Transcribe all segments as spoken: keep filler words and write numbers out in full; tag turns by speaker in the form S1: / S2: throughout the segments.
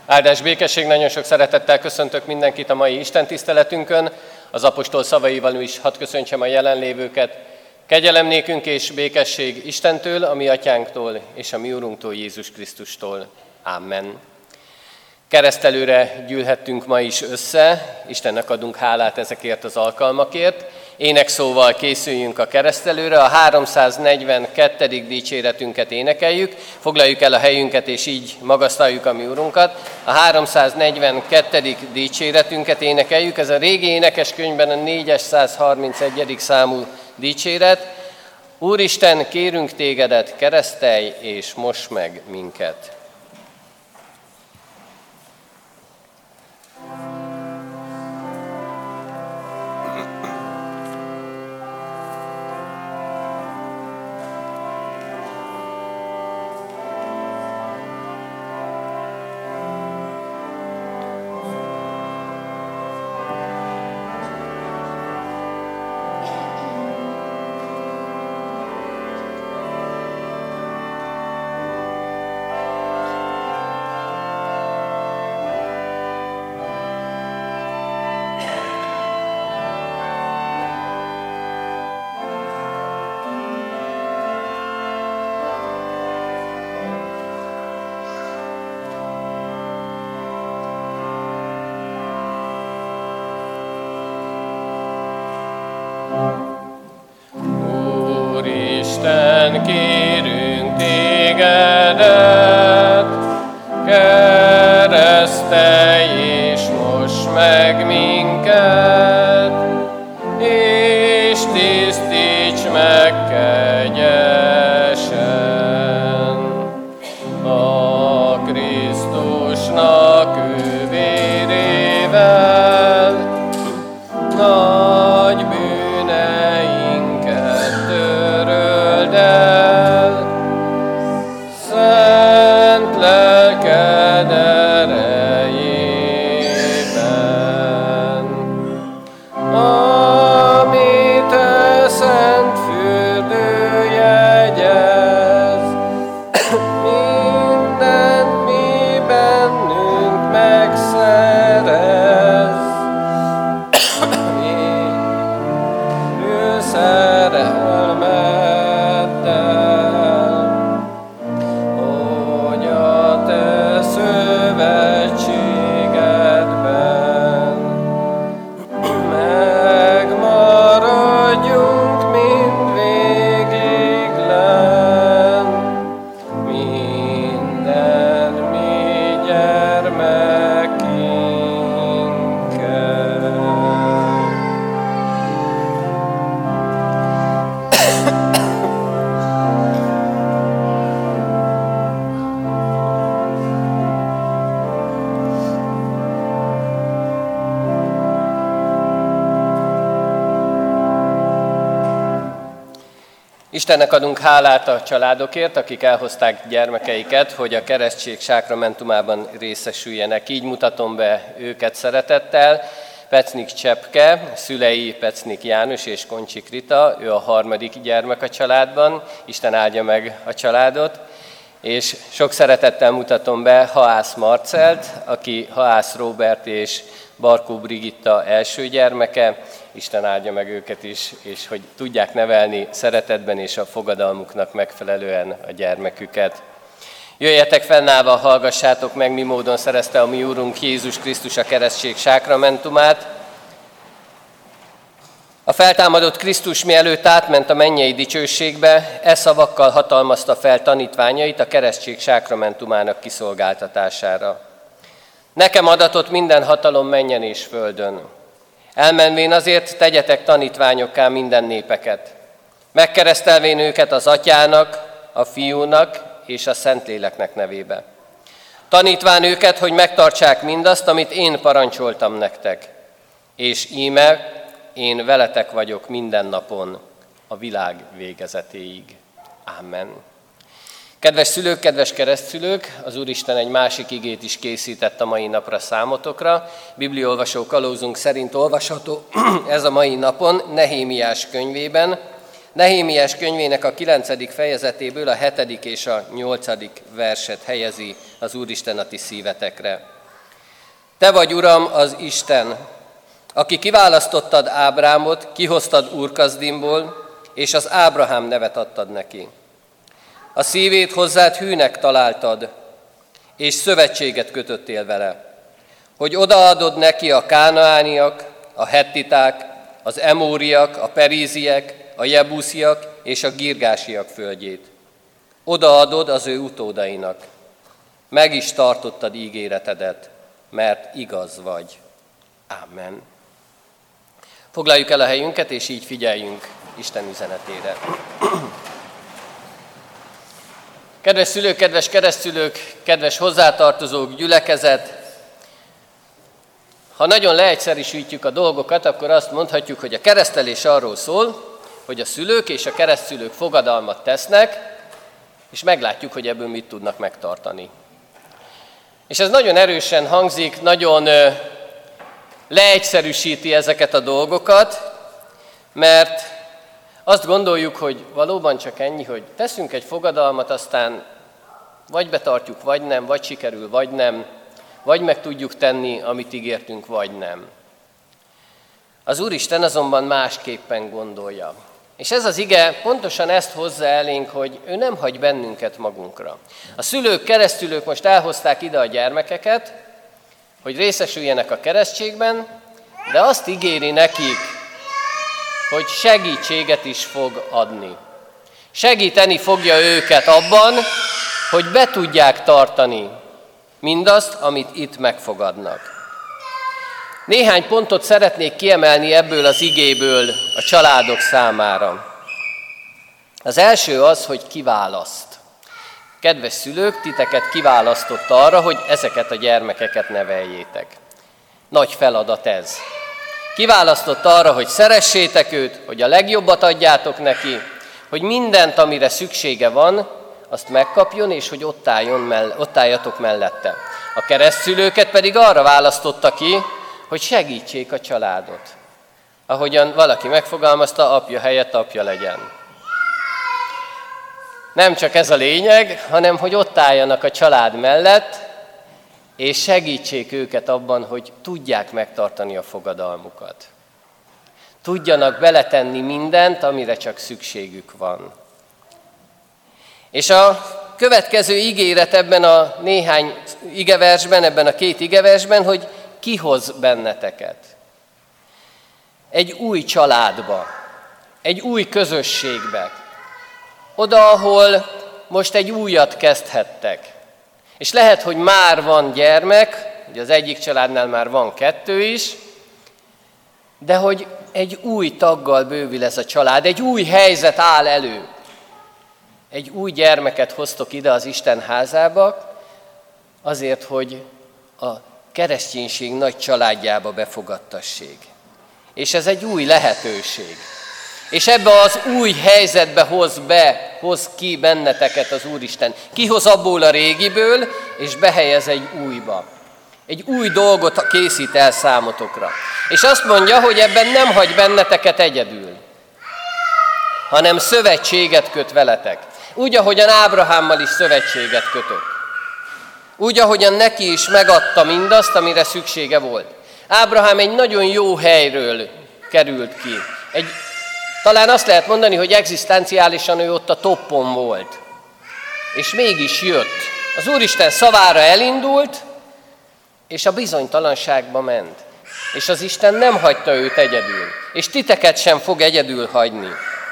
S1: Áldás békesség, nagyon sok szeretettel köszöntök mindenkit a mai Isten tiszteletünkön. Az apostol szavaival is hadd köszöntsem a jelenlévőket. Kegyelem nékünk és békesség Istentől, a mi atyánktól és a mi Urunktól, Jézus Krisztustól. Amen. Keresztelőre gyűlhettünk ma is össze, Istennek adunk hálát ezekért az alkalmakért. Énekszóval készüljünk a keresztelőre, a háromszáznegyvenkettedik dicséretünket énekeljük, foglaljuk el a helyünket és így magasztaljuk a mi Urunkat. A háromszáznegyvenkettedik dicséretünket énekeljük, ez a régi énekeskönyvben a négyszázharmincegyedik számú dicséret. Úristen, kérünk tégedet, keresztelj és moss meg minket. Úristen, kérünk tégedet, keresztelj és moss meg minket, és tisztíts meg kegyesen a Krisztusnak ő vérével, nagy bűneinket töröld el, szent lelked erejében, ami te szent fürdő jegyez, mindent mi bennünk megszerez. Szerelmeddel, hogy a te szövetségedben megmaradjunk mindvégig lenn, minden mi gyermekinkkel. Istennek adunk hálát a családokért, akik elhozták gyermekeiket, hogy a keresztség sákramentumában részesüljenek. Így mutatom be őket szeretettel. Pecnik Csepke, szülei Pecnik János és Koncsik Rita, ő a harmadik gyermek a családban, Isten áldja meg a családot. És sok szeretettel mutatom be Haász Marcelt, aki Haász Róbert és Barkó Brigitta első gyermeke, Isten áldja meg őket is, és hogy tudják nevelni szeretetben és a fogadalmuknak megfelelően a gyermeküket. Jöjjetek fennállva, hallgassátok meg, mi módon szerezte a mi Úrunk Jézus Krisztus a keresztség sákramentumát. A feltámadott Krisztus mielőtt átment a mennyei dicsőségbe, e szavakkal hatalmazta fel tanítványait a keresztség sákramentumának kiszolgáltatására. Nekem adatott minden hatalom mennyen és földön. Elmenvén azért tegyetek tanítványokká minden népeket, megkeresztelvén őket az Atyának, a Fiúnak és a Szentléleknek nevébe. Tanítván őket, hogy megtartsák mindazt, amit én parancsoltam nektek. És íme, én veletek vagyok minden napon, a világ végezetéig. Amen. Kedves szülők, kedves keresztszülők, az Úristen egy másik igét is készített a mai napra számotokra. Bibliaolvasó kalózunk szerint olvasható ez a mai napon Nehémiás könyvében. Nehémiás könyvének a kilencedik fejezetéből a hetedik és a nyolcadik verset helyezi az Úristen a ti szívetekre. Te vagy, Uram, az Isten, aki kiválasztottad Ábrámot, kihoztad Úr Kasdimból, és az Ábrahám nevet adtad neki. A szívét hozzád hűnek találtad, és szövetséget kötöttél vele, hogy odaadod neki a kánaániak, a hettiták, az emóriak, a períziek, a jebusziak és a girgásiak földjét. Odaadod az ő utódainak. Meg is tartottad ígéretedet, mert igaz vagy. Ámen. Foglaljuk el a helyünket, és így figyeljünk Isten üzenetére. Kedves szülők, kedves keresztszülők, kedves hozzátartozók, gyülekezet! Ha nagyon leegyszerűsítjük a dolgokat, akkor azt mondhatjuk, hogy a keresztelés arról szól, hogy a szülők és a keresztszülők fogadalmat tesznek, és meglátjuk, hogy ebből mit tudnak megtartani. És ez nagyon erősen hangzik, nagyon leegyszerűsíti ezeket a dolgokat, mert azt gondoljuk, hogy valóban csak ennyi, hogy teszünk egy fogadalmat, aztán vagy betartjuk, vagy nem, vagy sikerül, vagy nem, vagy meg tudjuk tenni, amit ígértünk, vagy nem. Az Úristen azonban másképpen gondolja. És ez az ige pontosan ezt hozza elénk, hogy ő nem hagy bennünket magunkra. A szülők, keresztülők most elhozták ide a gyermekeket, hogy részesüljenek a keresztségben, de azt ígéri nekik, hogy segítséget is fog adni. Segíteni fogja őket abban, hogy be tudják tartani mindazt, amit itt megfogadnak. Néhány pontot szeretnék kiemelni ebből az igéből a családok számára. Az első az, hogy kiválaszt. Kedves szülők, titeket kiválasztott arra, hogy ezeket a gyermekeket neveljétek. Nagy feladat ez. Kiválasztott arra, hogy szeressétek őt, hogy a legjobbat adjátok neki, hogy mindent, amire szüksége van, azt megkapjon, és hogy ott, álljon mell- ott álljatok mellette. A keresztszülőket pedig arra választotta ki, hogy segítsék a családot. Ahogyan valaki megfogalmazta, apja helyett apja legyen. Nem csak ez a lényeg, hanem hogy ott álljanak a család mellett, és segítsék őket abban, hogy tudják megtartani a fogadalmukat. Tudjanak beletenni mindent, amire csak szükségük van. És a következő ígéret ebben a néhány igeversben, ebben a két igeversben, hogy kihoz benneteket. Egy új családba, egy új közösségbe. Oda, ahol most egy újat kezdhettek. És lehet, hogy már van gyermek, ugye az egyik családnál már van kettő is, de hogy egy új taggal bővül ez a család, egy új helyzet áll elő. Egy új gyermeket hoztok ide az Isten házába, azért, hogy a kereszténység nagy családjába befogadtassék. És ez egy új lehetőség. És ebbe az új helyzetbe hoz be, hoz ki benneteket az Úristen. Kihoz abból a régiből, és behelyez egy újba. Egy új dolgot készít el számotokra. És azt mondja, hogy ebben nem hagy benneteket egyedül, hanem szövetséget köt veletek. Úgy, ahogyan Ábrahámmal is szövetséget kötött. Úgy, ahogyan neki is megadta mindazt, amire szüksége volt. Ábrahám egy nagyon jó helyről került ki. Egy, talán azt lehet mondani, hogy egzisztenciálisan ő ott a toppon volt. És mégis jött. Az Úristen szavára elindult, és a bizonytalanságba ment. És az Isten nem hagyta őt egyedül. És titeket sem fog egyedül hagyni.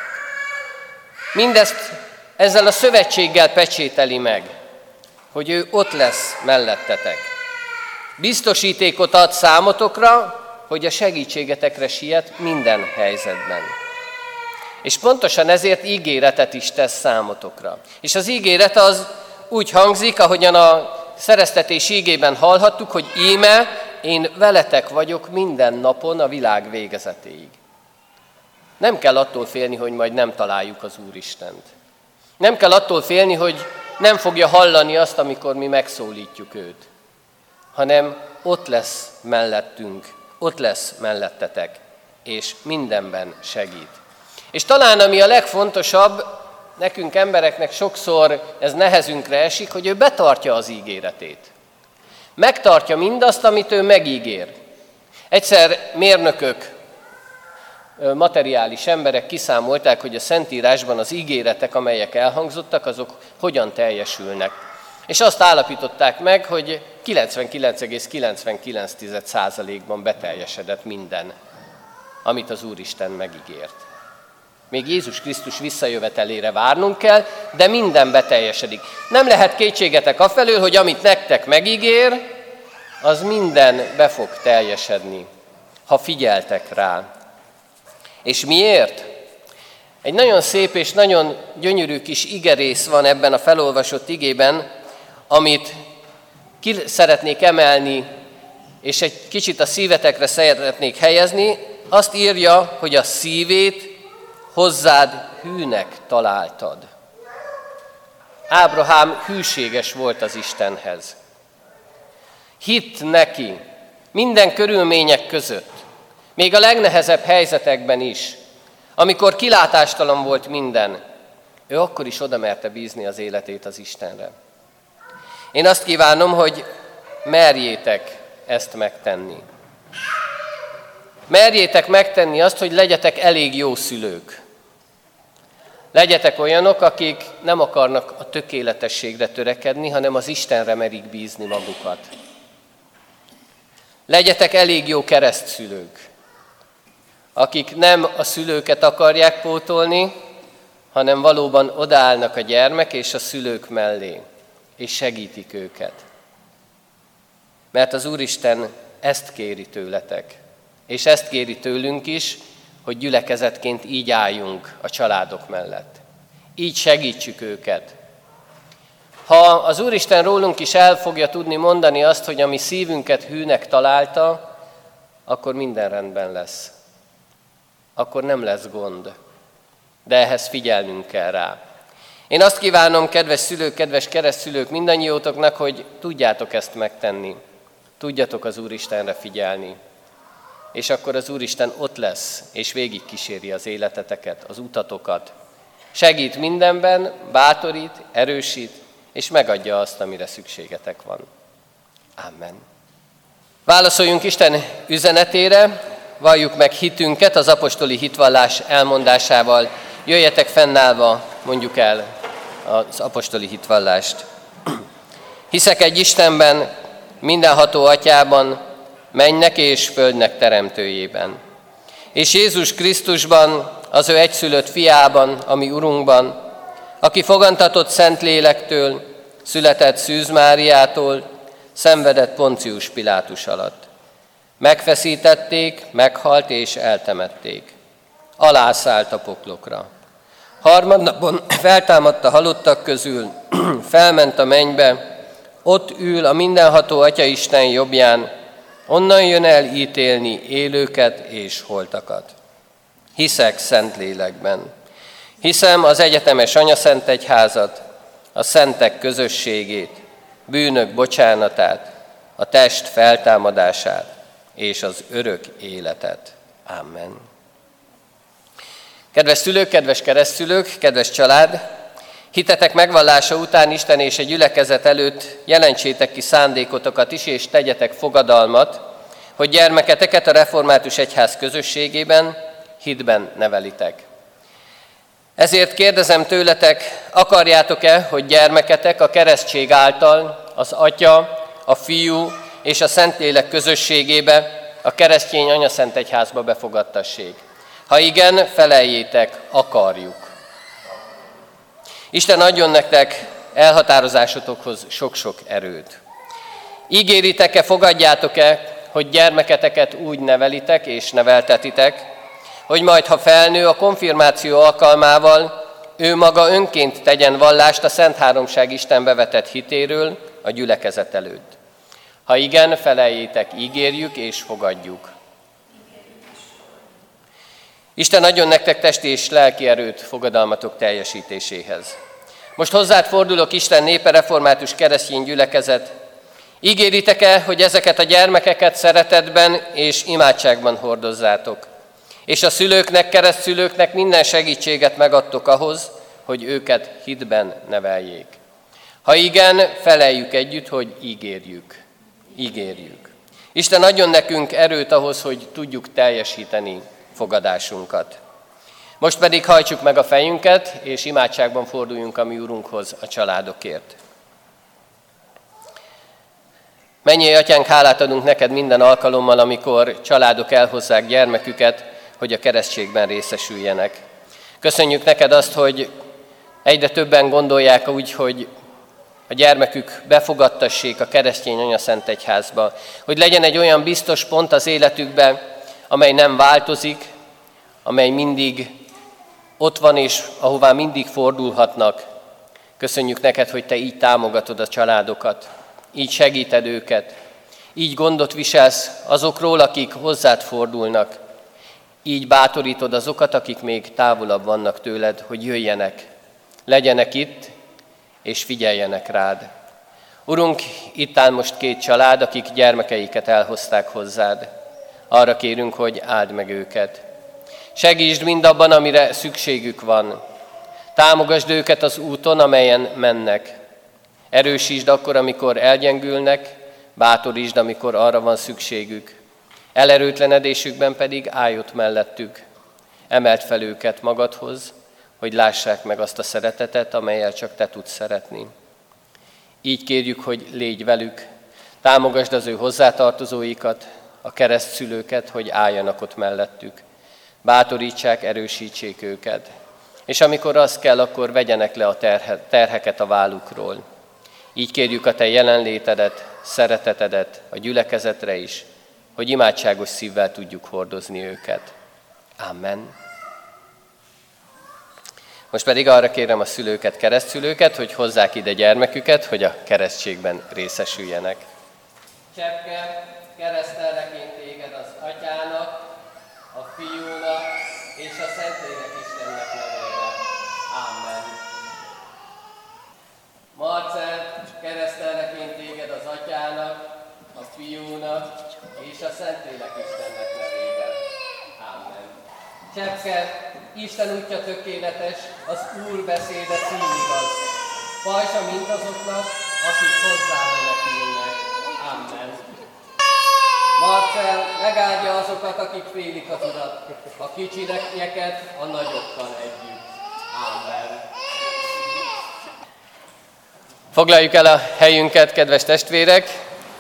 S1: Mindezt ezzel a szövetséggel pecsételi meg, hogy ő ott lesz mellettetek. Biztosítékot ad számotokra, hogy a segítségetekre siet minden helyzetben. És pontosan ezért ígéretet is tesz számotokra. És az ígéret az úgy hangzik, ahogyan a szereztetés ígében hallhattuk, hogy íme, én veletek vagyok minden napon a világ végezetéig. Nem kell attól félni, hogy majd nem találjuk az Úristent. Nem kell attól félni, hogy nem fogja hallani azt, amikor mi megszólítjuk őt, hanem ott lesz mellettünk, ott lesz mellettetek, és mindenben segít. És talán ami a legfontosabb, nekünk embereknek sokszor ez nehezünkre esik, hogy ő betartja az ígéretét. Megtartja mindazt, amit ő megígér. Egyszer mérnökök, materiális emberek kiszámolták, hogy a Szentírásban az ígéretek, amelyek elhangzottak, azok hogyan teljesülnek. És azt állapították meg, hogy kilencvenkilenc egész kilencvenkilenc százalékban beteljesedett minden, amit az Úristen megígért. Még Jézus Krisztus visszajövetelére várnunk kell, de minden beteljesedik. Nem lehet kétségetek afelől, hogy amit nektek megígér, az minden be fog teljesedni, ha figyeltek rá. És miért? Egy nagyon szép és nagyon gyönyörű kis igerész van ebben a felolvasott igében, amit ki szeretnék emelni, és egy kicsit a szívetekre szeretnék helyezni. Azt írja, hogy a szívét hozzád hűnek találtad. Ábrahám hűséges volt az Istenhez. Hitt neki minden körülmények között, még a legnehezebb helyzetekben is, amikor kilátástalan volt minden, ő akkor is oda merte bízni az életét az Istenre. Én azt kívánom, hogy merjétek ezt megtenni. Merjétek megtenni azt, hogy legyetek elég jó szülők. Legyetek olyanok, akik nem akarnak a tökéletességre törekedni, hanem az Istenre merik bízni magukat. Legyetek elég jó keresztszülők, akik nem a szülőket akarják pótolni, hanem valóban odaállnak a gyermek és a szülők mellé, és segítik őket. Mert az Úristen ezt kéri tőletek, és ezt kéri tőlünk is, hogy gyülekezetként így álljunk a családok mellett. Így segítsük őket. Ha az Úristen rólunk is el fogja tudni mondani azt, hogy a mi szívünket hűnek találta, akkor minden rendben lesz. Akkor nem lesz gond. De ehhez figyelnünk kell rá. Én azt kívánom, kedves szülők, kedves keresztszülők, mindannyiótoknak, hogy tudjátok ezt megtenni. Tudjatok az Úristenre figyelni. És akkor az Úristen ott lesz, és végigkíséri az életeteket, az utatokat. Segít mindenben, bátorít, erősít, és megadja azt, amire szükségetek van. Amen. Válaszoljunk Isten üzenetére, valljuk meg hitünket az apostoli hitvallás elmondásával. Jöjjetek fennállva, mondjuk el az apostoli hitvallást. Hiszek egy Istenben, mindenható Atyában, mennynek és földnek teremtőjében. És Jézus Krisztusban, az ő egyszülött fiában, ami Urunkban, aki fogantatott Szentlélektől, született Szűz Máriától, szenvedett Poncius Pilátus alatt. Megfeszítették, meghalt és eltemették. Alászállt a poklokra. Harmadnapon feltámadt a halottak közül, felment a mennybe, ott ül a mindenható Atyaisten jobbján, onnan jön el ítélni élőket és holtakat. Hiszek Szentlélekben. Hiszem az egyetemes anyaszentegyházat, a szentek közösségét, bűnök bocsánatát, a test feltámadását és az örök életet. Amen. Kedves szülők, kedves keresztszülők, kedves család! Hitetek megvallása után Isten és egy gyülekezet előtt jelentsétek ki szándékotokat is, és tegyetek fogadalmat, hogy gyermeketeket a református egyház közösségében, hitben nevelitek. Ezért kérdezem tőletek, akarjátok-e, hogy gyermeketek a keresztség által az Atya, a Fiú és a Szentlélek közösségébe, a keresztény anyaszentegyházba befogadtassék? Ha igen, feleljétek, akarjuk. Isten adjon nektek elhatározásotokhoz sok-sok erőt. Ígéritek-e, fogadjátok-e, hogy gyermeketeket úgy nevelitek és neveltetitek, hogy majd, ha felnő, a konfirmáció alkalmával ő maga önként tegyen vallást a Szent Háromság Istenbe vetett hitéről a gyülekezet előtt. Ha igen, feleljétek, ígérjük és fogadjuk. Isten adjon nektek testi és lelki erőt fogadalmatok teljesítéséhez. Most hozzád fordulok, Isten népe, református keresztény gyülekezet. Ígéritek-e, hogy ezeket a gyermekeket szeretetben és imádságban hordozzátok, és a szülőknek, keresztszülőknek minden segítséget megadtok ahhoz, hogy őket hitben neveljék? Ha igen, feleljük együtt, hogy ígérjük. ígérjük. Isten adjon nekünk erőt ahhoz, hogy tudjuk teljesíteni fogadásunkat. Most pedig hajtsuk meg a fejünket, és imádságban forduljunk a mi Urunkhoz a családokért. Mennyei Atyánk, hálát adunk neked minden alkalommal, amikor családok elhozzák gyermeküket, hogy a keresztségben részesüljenek. Köszönjük neked azt, hogy egyre többen gondolják úgy, hogy a gyermekük befogadtassék a keresztény anyaszent egyházba, hogy legyen egy olyan biztos pont az életükben, amely nem változik, amely mindig ott van és ahová mindig fordulhatnak. Köszönjük neked, hogy te így támogatod a családokat, így segíted őket, így gondot viselsz azokról, akik hozzád fordulnak, így bátorítod azokat, akik még távolabb vannak tőled, hogy jöjjenek, legyenek itt, és figyeljenek rád. Urunk, itt áll most két család, akik gyermekeiket elhozták hozzád. Arra kérünk, hogy áld meg őket. Segítsd mindabban, amire szükségük van. Támogasd őket az úton, amelyen mennek. Erősítsd akkor, amikor elgyengülnek, bátorítsd, amikor arra van szükségük. Elerőtlenedésükben pedig állj ott mellettük. Emeld fel őket magadhoz, hogy lássák meg azt a szeretetet, amellyel csak te tudsz szeretni. Így kérjük, hogy légy velük, támogasd az ő hozzátartozóikat, a keresztszülőket, hogy álljanak ott mellettük. Bátorítsák, erősítsék őket. És amikor az kell, akkor vegyenek le a terhe, terheket a vállukról. Így kérjük a te jelenlétedet, szeretetedet a gyülekezetre is, hogy imádságos szívvel tudjuk hordozni őket. Amen. Most pedig arra kérem a szülőket, keresztszülőket, hogy hozzák ide gyermeküket, hogy a keresztségben részesüljenek. Csepke, keresztelleként téged az Atyának, a Fiúnak és a Szentlélek Istennek nevében. Amen. Marcel, keresztelleként téged az Atyának, a Fiúnak és a Szentlélek Istennek nevében. Amen. Csepke, Isten útja tökéletes, az Úr beszéde színigaz. Pajsa mindazoknak, akik hozzá menekülnek. Amen. Marcel, megáldja azokat, akik félik az Urat, a kicsinyeket a nagyokkal együtt. Amen. Foglaljuk el a helyünket, kedves testvérek!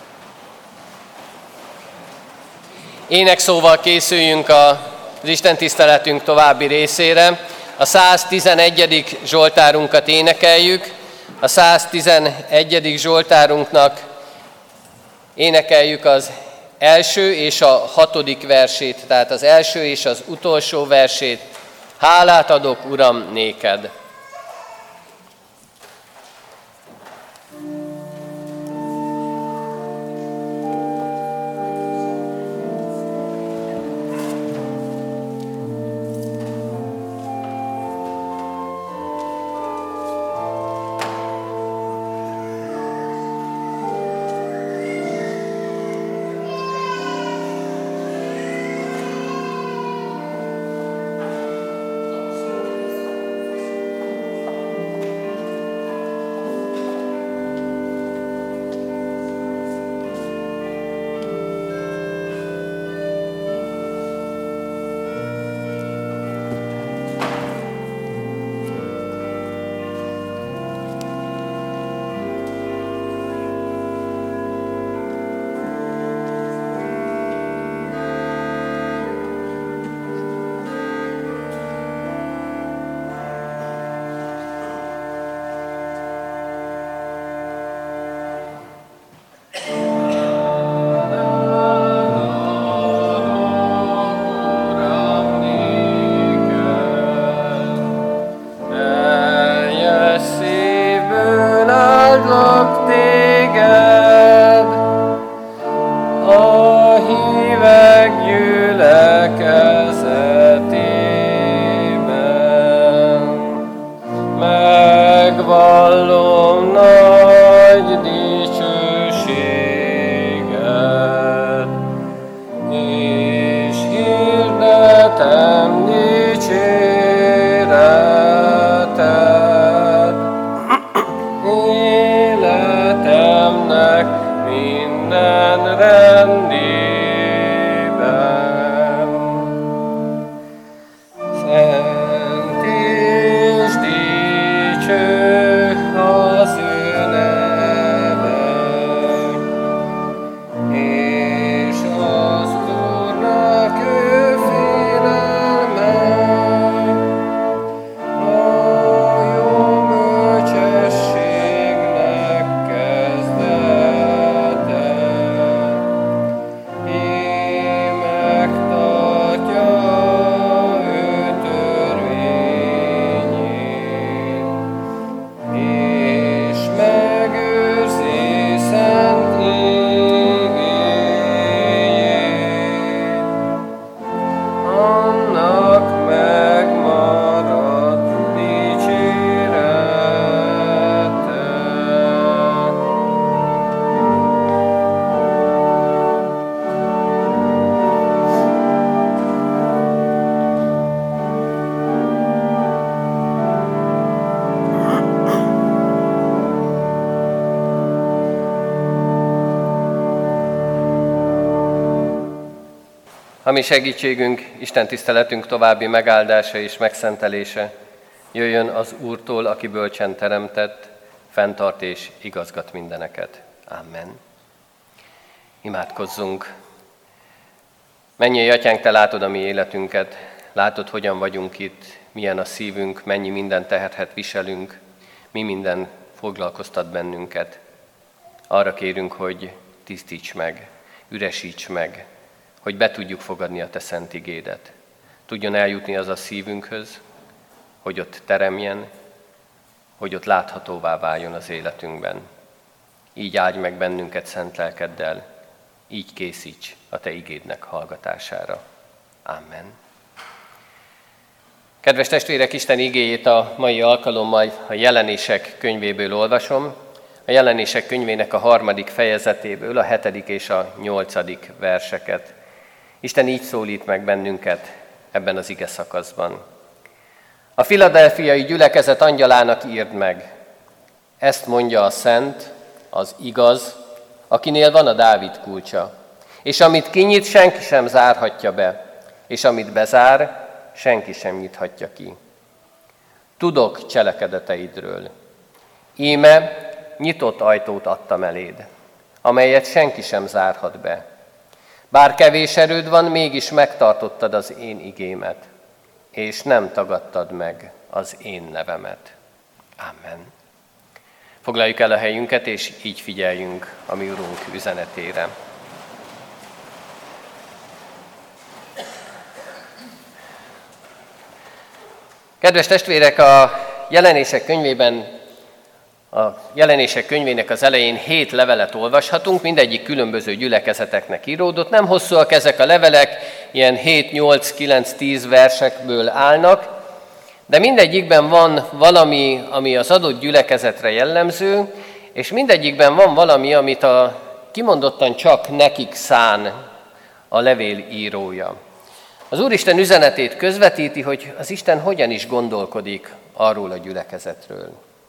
S1: Énekszóval készüljünk a az Isten tiszteletünk további részére. A száztizenegyedik zsoltárunkat énekeljük. A száztizenegyedik zsoltárunknak énekeljük az első és a hatodik versét, tehát az első és az utolsó versét. Hálát adok, Uram, néked! Szent és dicső az ő neve, és az Úrnak ő félelme, a jó bölcsességnek kezdete. Így megtartja ő törvényét, és megőrzi szent igéjét. Annak megmarad dicsérete. A mi segítségünk, Isten tiszteletünk további megáldása és megszentelése jöjjön az Úrtól, aki bölcsen teremtett, fenntart és igazgat mindeneket. Amen. Imádkozzunk. Mennyei Atyánk, Te látod a mi életünket, látod, hogyan vagyunk itt, milyen a szívünk, mennyi minden teherhet viselünk, mi minden foglalkoztat bennünket. Arra kérünk, hogy tisztíts meg, üresíts meg, hogy be tudjuk fogadni a Te szent igédet. Tudjon eljutni az a szívünkhöz, hogy ott teremjen, hogy ott láthatóvá váljon az életünkben. Így áldj meg bennünket szent lelkeddel, így készíts a Te igédnek hallgatására. Amen. Kedves testvérek, Isten igéjét a mai alkalommal a Jelenések könyvéből olvasom, a Jelenések könyvének a harmadik fejezetéből, a hetedik és a nyolcadik verseket. Isten így szólít meg bennünket ebben az ige szakaszban. A filadelfiai gyülekezet angyalának írd meg, ezt mondja a szent, az igaz, akinél van a Dávid kulcsa, és amit kinyit, senki sem zárhatja be, és amit bezár, senki sem nyithatja ki. Tudok cselekedeteidről. Íme nyitott ajtót adtam eléd, amelyet senki sem zárhat be. Bár kevés erőd van, mégis megtartottad az én igémet, és nem tagadtad meg az én nevemet. Amen. Foglaljuk el a helyünket, és így figyeljünk a mi Urunk üzenetére. Kedves testvérek, a Jelenések könyvében, a Jelenések könyvének az elején hét levelet olvashatunk, mindegyik különböző gyülekezeteknek íródott. Nem hosszúak ezek a levelek, ilyen hét, nyolc, kilenc, tíz versekből állnak, de mindegyikben van valami, ami az adott gyülekezetre jellemző, és mindegyikben van valami, amit a kimondottan csak nekik szán a levél írója. Az Úristen üzenetét közvetíti, hogy az Isten hogyan is gondolkodik arról a gyülekezetről.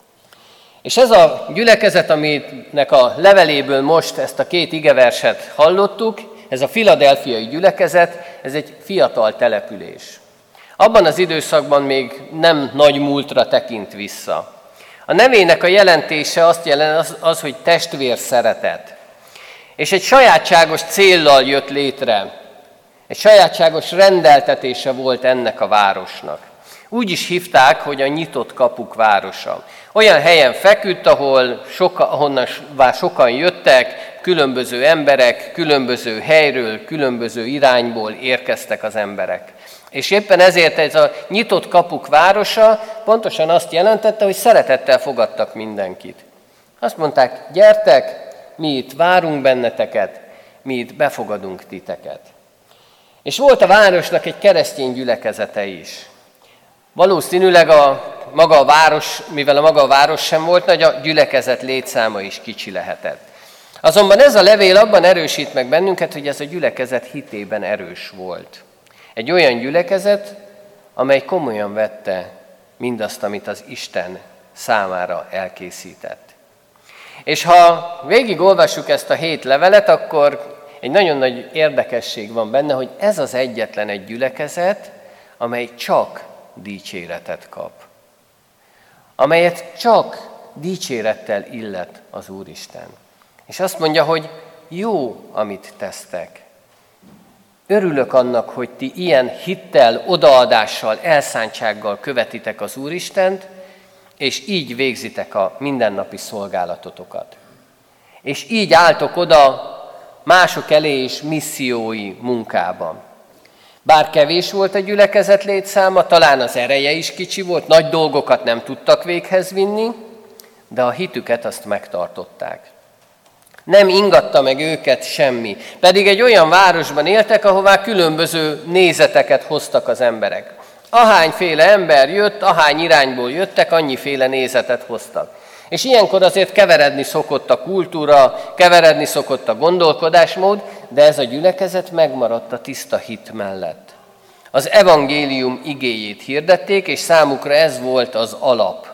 S1: És ez a gyülekezet, aminek a leveléből most ezt a két igeverset hallottuk, ez a filadelfiai gyülekezet, ez egy fiatal település. Abban az időszakban még nem nagy múltra tekint vissza. A nevének a jelentése azt jelent, az, az hogy testvér szeretet. És egy sajátságos céllal jött létre. Egy sajátságos rendeltetése volt ennek a városnak. Úgy is hívták, hogy a nyitott kapuk városa. Olyan helyen feküdt, ahol soka, ahonnan sokan jöttek, különböző emberek, különböző helyről, különböző irányból érkeztek az emberek. És éppen ezért ez a nyitott kapuk városa pontosan azt jelentette, hogy szeretettel fogadtak mindenkit. Azt mondták, gyertek, mi itt várunk benneteket, mi itt befogadunk titeket. És volt a városnak egy keresztény gyülekezete is. Valószínűleg a maga a város, mivel a maga a város sem volt nagy, a gyülekezet létszáma is kicsi lehetett. Azonban ez a levél abban erősít meg bennünket, hogy ez a gyülekezet hitében erős volt. Egy olyan gyülekezet, amely komolyan vette mindazt, amit az Isten számára elkészített. És ha végigolvassuk ezt a hét levelet, akkor egy nagyon nagy érdekesség van benne, hogy ez az egyetlen egy gyülekezet, amely csak dicséretet kap. Amelyet csak dicsérettel illet az Úristen. És azt mondja, hogy jó, amit tesztek. Örülök annak, hogy ti ilyen hittel, odaadással, elszántsággal követitek az Úristent, és így végzitek a mindennapi szolgálatotokat. És így álltok oda mások elé is missziói munkában. Bár kevés volt a gyülekezet létszáma, talán az ereje is kicsi volt, nagy dolgokat nem tudtak véghez vinni, de a hitüket azt megtartották. Nem ingatta meg őket semmi, pedig egy olyan városban éltek, ahová különböző nézeteket hoztak az emberek. Ahányféle ember jött, ahány irányból jöttek, annyiféle nézetet hoztak. És ilyenkor azért keveredni szokott a kultúra, keveredni szokott a gondolkodásmód, de ez a gyülekezet megmaradt a tiszta hit mellett. Az evangélium igéjét hirdették, és számukra ez volt az alap.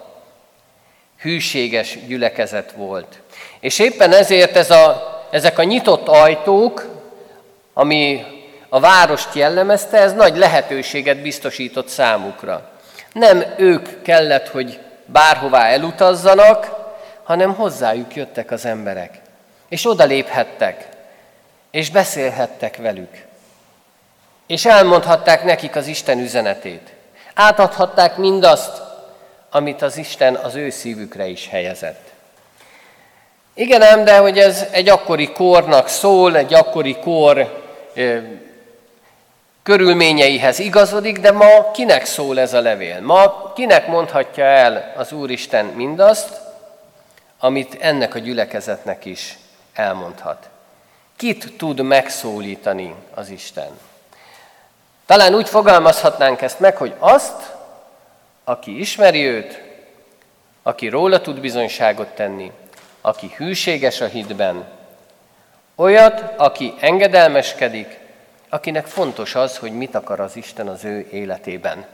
S1: Hűséges gyülekezet volt. És éppen ezért ez a, ezek a nyitott ajtók, ami a várost jellemezte, ez nagy lehetőséget biztosított számukra. Nem ők kellett, hogy bárhová elutazzanak, hanem hozzájuk jöttek az emberek. És odaléphettek, és beszélhettek velük. És elmondhatták nekik az Isten üzenetét. Átadhatták mindazt, amit az Isten az ő szívükre is helyezett. Igen ám, de hogy ez egy akkori kornak szól, egy akkori kor ö, körülményeihez igazodik, de ma kinek szól ez a levél? Ma kinek mondhatja el az Úristen mindazt, amit ennek a gyülekezetnek is elmondhat? Kit tud megszólítani az Isten? Talán úgy fogalmazhatnánk ezt meg, hogy azt, aki ismeri őt, aki róla tud bizonyságot tenni, aki hűséges a hitben, olyat, aki engedelmeskedik, akinek fontos az, hogy mit akar az Isten az ő életében.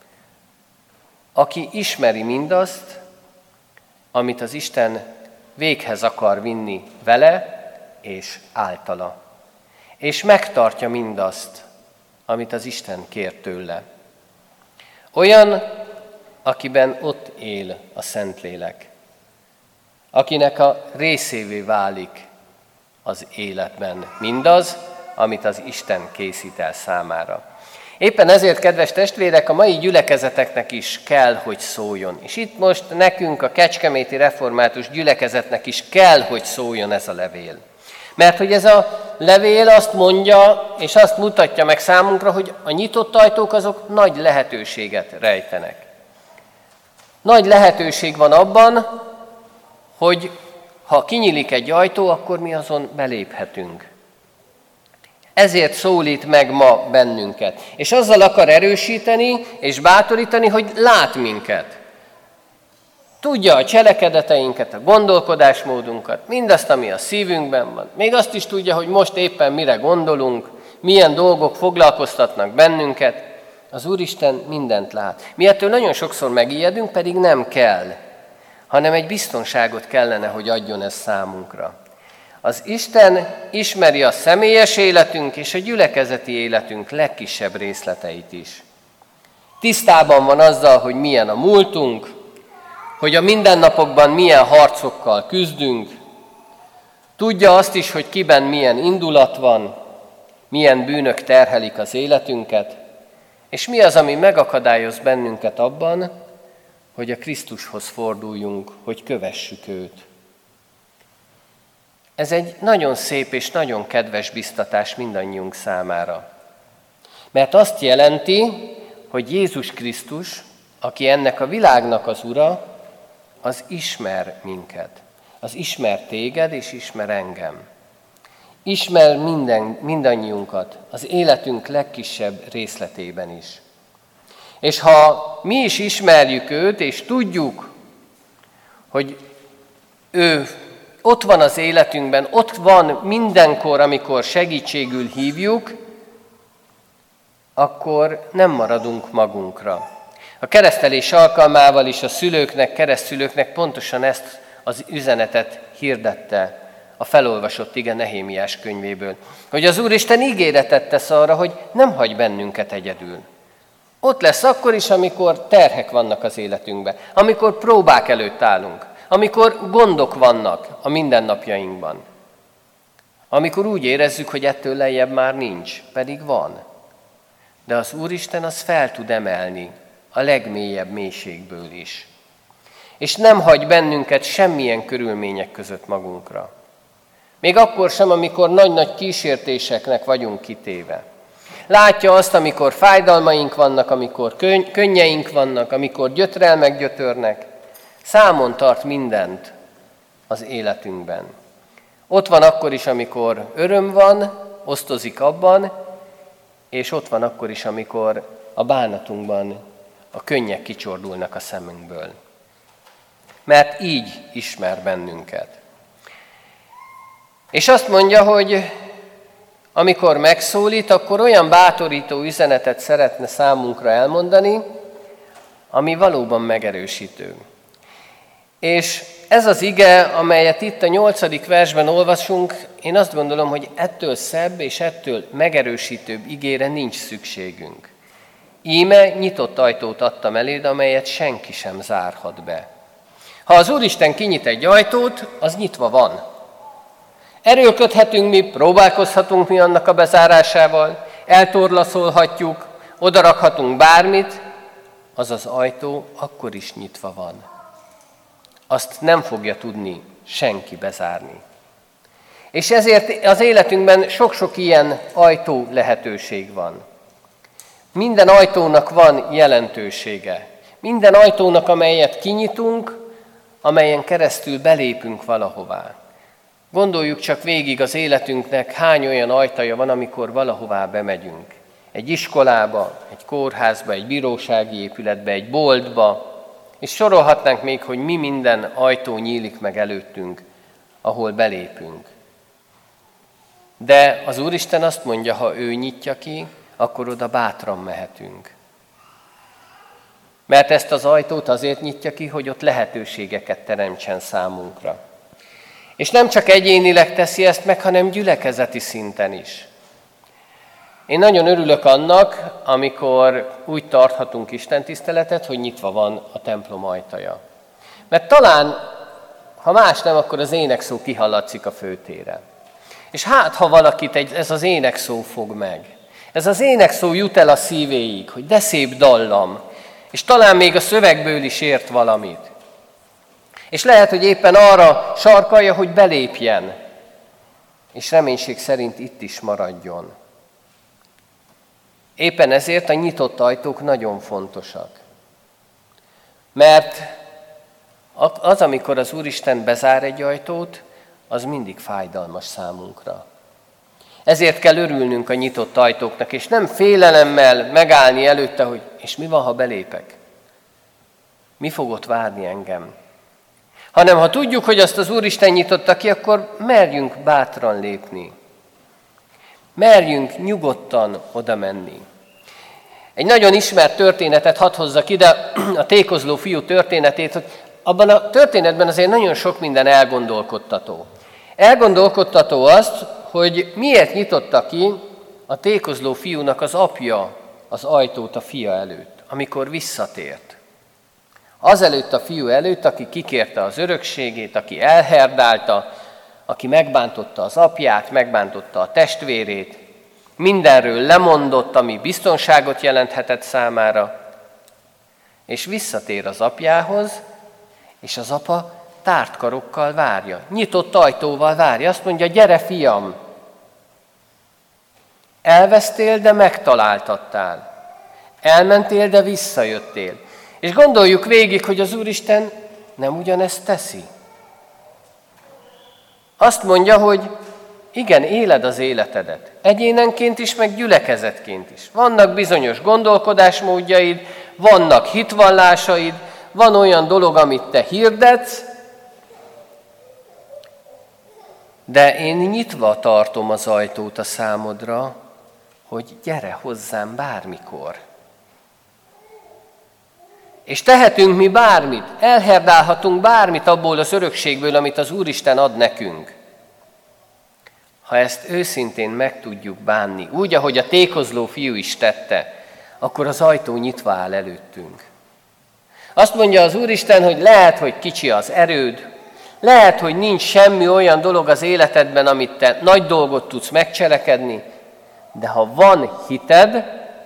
S1: Aki ismeri mindazt, amit az Isten véghez akar vinni vele és általa. És megtartja mindazt, amit az Isten kér tőle. Olyan, akiben ott él a Szentlélek, akinek a részévé válik az életben mindaz, amit az Isten készít el számára. Éppen ezért, kedves testvérek, a mai gyülekezeteknek is kell, hogy szóljon. És itt most nekünk, a kecskeméti református gyülekezetnek is kell, hogy szóljon ez a levél. Mert hogy ez a levél azt mondja, és azt mutatja meg számunkra, hogy a nyitott ajtók azok nagy lehetőséget rejtenek. Nagy lehetőség van abban, hogy ha kinyílik egy ajtó, akkor mi azon beléphetünk. Ezért szólít meg ma bennünket. És azzal akar erősíteni és bátorítani, hogy lát minket. Tudja a cselekedeteinket, a gondolkodásmódunkat, mindazt, ami a szívünkben van. Még azt is tudja, hogy most éppen mire gondolunk, milyen dolgok foglalkoztatnak bennünket. Az Úristen mindent lát. Mi ettől nagyon sokszor megijedünk, pedig nem kell, hanem egy biztonságot kellene, hogy adjon ez számunkra. Az Isten ismeri a személyes életünk és a gyülekezeti életünk legkisebb részleteit is. Tisztában van azzal, hogy milyen a múltunk, hogy a mindennapokban milyen harcokkal küzdünk. Tudja azt is, hogy kiben milyen indulat van, milyen bűnök terhelik az életünket, és mi az, ami megakadályoz bennünket abban, hogy a Krisztushoz forduljunk, hogy kövessük őt. Ez egy nagyon szép és nagyon kedves biztatás mindannyiunk számára. Mert azt jelenti, hogy Jézus Krisztus, aki ennek a világnak az ura, az ismer minket. Az ismer téged és ismer engem. Ismer minden, mindannyiunkat az életünk legkisebb részletében is. És ha mi is ismerjük őt, és tudjuk, hogy ő ott van az életünkben, ott van mindenkor, amikor segítségül hívjuk, akkor nem maradunk magunkra. A keresztelés alkalmával is a szülőknek, keresztszülőknek pontosan ezt az üzenetet hirdette a felolvasott ige Nehémiás könyvéből, hogy az Úristen ígéretet tesz arra, hogy nem hagy bennünket egyedül. Ott lesz akkor is, amikor terhek vannak az életünkben, amikor próbák előtt állunk, amikor gondok vannak a mindennapjainkban, amikor úgy érezzük, hogy ettől lejjebb már nincs, pedig van. De az Úristen az fel tud emelni a legmélyebb mélységből is. És nem hagy bennünket semmilyen körülmények között magunkra. Még akkor sem, amikor nagy-nagy kísértéseknek vagyunk kitéve. Látja azt, amikor fájdalmaink vannak, amikor könny- könnyeink vannak, amikor gyötrelmek gyötörnek. Számon tart mindent az életünkben. Ott van akkor is, amikor öröm van, osztozik abban, és ott van akkor is, amikor a bánatunkban a könnyek kicsordulnak a szemünkből. Mert így ismer bennünket. És azt mondja, hogy amikor megszólít, akkor olyan bátorító üzenetet szeretne számunkra elmondani, ami valóban megerősítő. És ez az ige, amelyet itt a nyolcadik versben olvasunk, én azt gondolom, hogy ettől szebb és ettől megerősítőbb igére nincs szükségünk. Íme nyitott ajtót adtam eléd, amelyet senki sem zárhat be. Ha az Úristen kinyit egy ajtót, az nyitva van. Erőlködhetünk mi, próbálkozhatunk mi annak a bezárásával, eltorlaszolhatjuk, odarakhatunk bármit, az az ajtó akkor is nyitva van. Azt nem fogja tudni senki bezárni. És ezért az életünkben sok-sok ilyen ajtó lehetőség van. Minden ajtónak van jelentősége. Minden ajtónak, amelyet kinyitunk, amelyen keresztül belépünk valahová. Gondoljuk csak végig az életünknek, hány olyan ajtaja van, amikor valahová bemegyünk. Egy iskolába, egy kórházba, egy bírósági épületbe, egy boltba, és sorolhatnánk még, hogy mi minden ajtó nyílik meg előttünk, ahol belépünk. De az Úristen azt mondja, ha ő nyitja ki, akkor oda bátran mehetünk. Mert ezt az ajtót azért nyitja ki, hogy ott lehetőségeket teremtsen számunkra. És nem csak egyénileg teszi ezt meg, hanem gyülekezeti szinten is. Én nagyon örülök annak, amikor úgy tarthatunk istentiszteletet, hogy nyitva van a templom ajtaja. Mert talán, ha más nem, akkor az énekszó kihallatszik a főtérre. És hát, ha valakit egy, ez az énekszó fog meg, ez az énekszó jut el a szívéig, hogy de szép dallam, és talán még a szövegből is ért valamit. És lehet, hogy éppen arra sarkalja, hogy belépjen, és reménység szerint itt is maradjon. Éppen ezért a nyitott ajtók nagyon fontosak. Mert az, amikor az Úristen bezár egy ajtót, az mindig fájdalmas számunkra. Ezért kell örülnünk a nyitott ajtóknak, és nem félelemmel megállni előtte, hogy és mi van, ha belépek? Mi fog ott várni engem? Hanem ha tudjuk, hogy azt az Úristen nyitotta ki, akkor merjünk bátran lépni. Merjünk nyugodtan oda menni. Egy nagyon ismert történetet hadd hozzak ide, a tékozló fiú történetét, hogy abban a történetben azért nagyon sok minden elgondolkodtató. Elgondolkodtató azt, hogy miért nyitotta ki a tékozló fiúnak az apja az ajtót a fia előtt, amikor visszatért. Azelőtt a fiú előtt, aki kikérte az örökségét, aki elherdálta, aki megbántotta az apját, megbántotta a testvérét, mindenről lemondott, ami biztonságot jelenthetett számára, és visszatér az apjához, és az apa tárt karokkal várja, nyitott ajtóval várja, azt mondja, gyere fiam, elvesztél, de megtaláltattál, elmentél, de visszajöttél. És gondoljuk végig, hogy az Úristen nem ugyanezt teszi. Azt mondja, hogy igen, éled az életedet. Egyénenként is, meg gyülekezetként is. Vannak bizonyos gondolkodásmódjaid, vannak hitvallásaid, van olyan dolog, amit te hirdetsz, de én nyitva tartom az ajtót a számodra, hogy gyere hozzám bármikor. És tehetünk mi bármit, elherdálhatunk bármit abból az örökségből, amit az Úristen ad nekünk. ha ezt őszintén meg tudjuk bánni, úgy, ahogy a tékozló fiú is tette, akkor az ajtó nyitva áll előttünk. Azt mondja az Úristen, hogy lehet, hogy kicsi az erőd, lehet, hogy nincs semmi olyan dolog az életedben, amit te nagy dolgot tudsz megcselekedni, de ha van hited,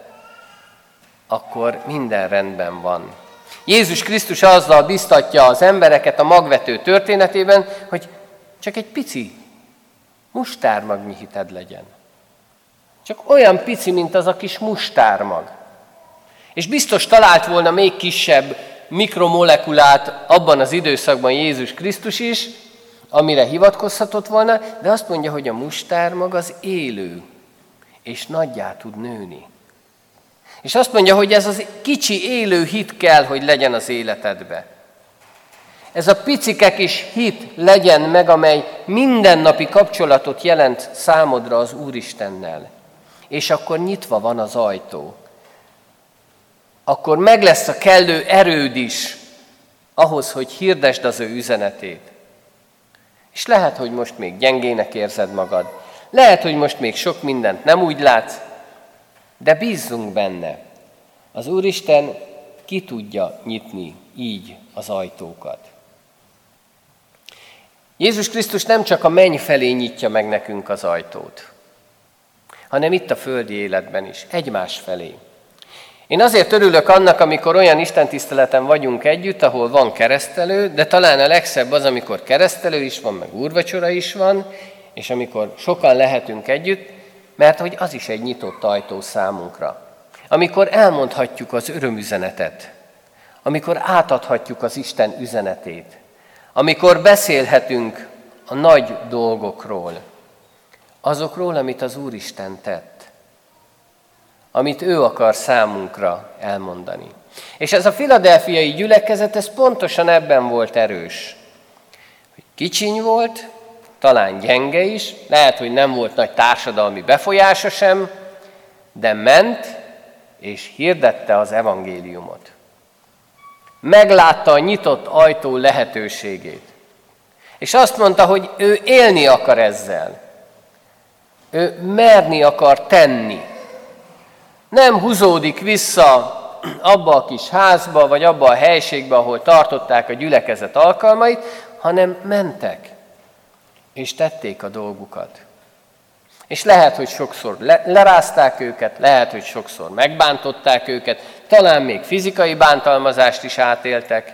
S1: akkor minden rendben van. Jézus Krisztus azzal biztatja az embereket a magvető történetében, hogy csak egy pici mustármagnyi hited legyen. Csak olyan pici, mint az a kis mustármag. És biztos talált volna még kisebb mikromolekulát abban az időszakban Jézus Krisztus is, amire hivatkozhatott volna, de azt mondja, hogy a mustármag az élő, és nagyjá tud nőni. És azt mondja, hogy ez az kicsi élő hit kell, hogy legyen az életedbe. Ez a picike kis hit legyen meg, amely mindennapi kapcsolatot jelent számodra az Úristennel. És akkor nyitva van az ajtó. Akkor meg lesz a kellő erőd is ahhoz, hogy hirdesd az ő üzenetét. És lehet, hogy most még gyengének érzed magad. Lehet, hogy most még sok mindent nem úgy látsz, de bízzunk benne. Az Úristen ki tudja nyitni így az ajtókat. Jézus Krisztus nem csak a menny felé nyitja meg nekünk az ajtót, hanem itt a földi életben is, egymás felé. Én azért örülök annak, amikor olyan istentiszteleten vagyunk együtt, ahol van keresztelő, de talán a legszebb az, amikor keresztelő is van, meg úrvacsora is van, és amikor sokan lehetünk együtt, mert hogy az is egy nyitott ajtó számunkra. Amikor elmondhatjuk az örömüzenetet, amikor átadhatjuk az Isten üzenetét, amikor beszélhetünk a nagy dolgokról, azokról, amit az Úristen tett, amit ő akar számunkra elmondani. És ez a filadelfiai gyülekezet, ez pontosan ebben volt erős. Hogy kicsiny volt, talán gyenge is, lehet, hogy nem volt nagy társadalmi befolyása sem, de ment és hirdette az evangéliumot. Meglátta a nyitott ajtó lehetőségét. És azt mondta, hogy ő élni akar ezzel. Ő merni akar tenni. Nem húzódik vissza abba a kis házba, vagy abba a helységbe, ahol tartották a gyülekezet alkalmait, hanem mentek, és tették a dolgukat. És lehet, hogy sokszor le- lerázták őket, lehet, hogy sokszor megbántották őket, talán még fizikai bántalmazást is átéltek,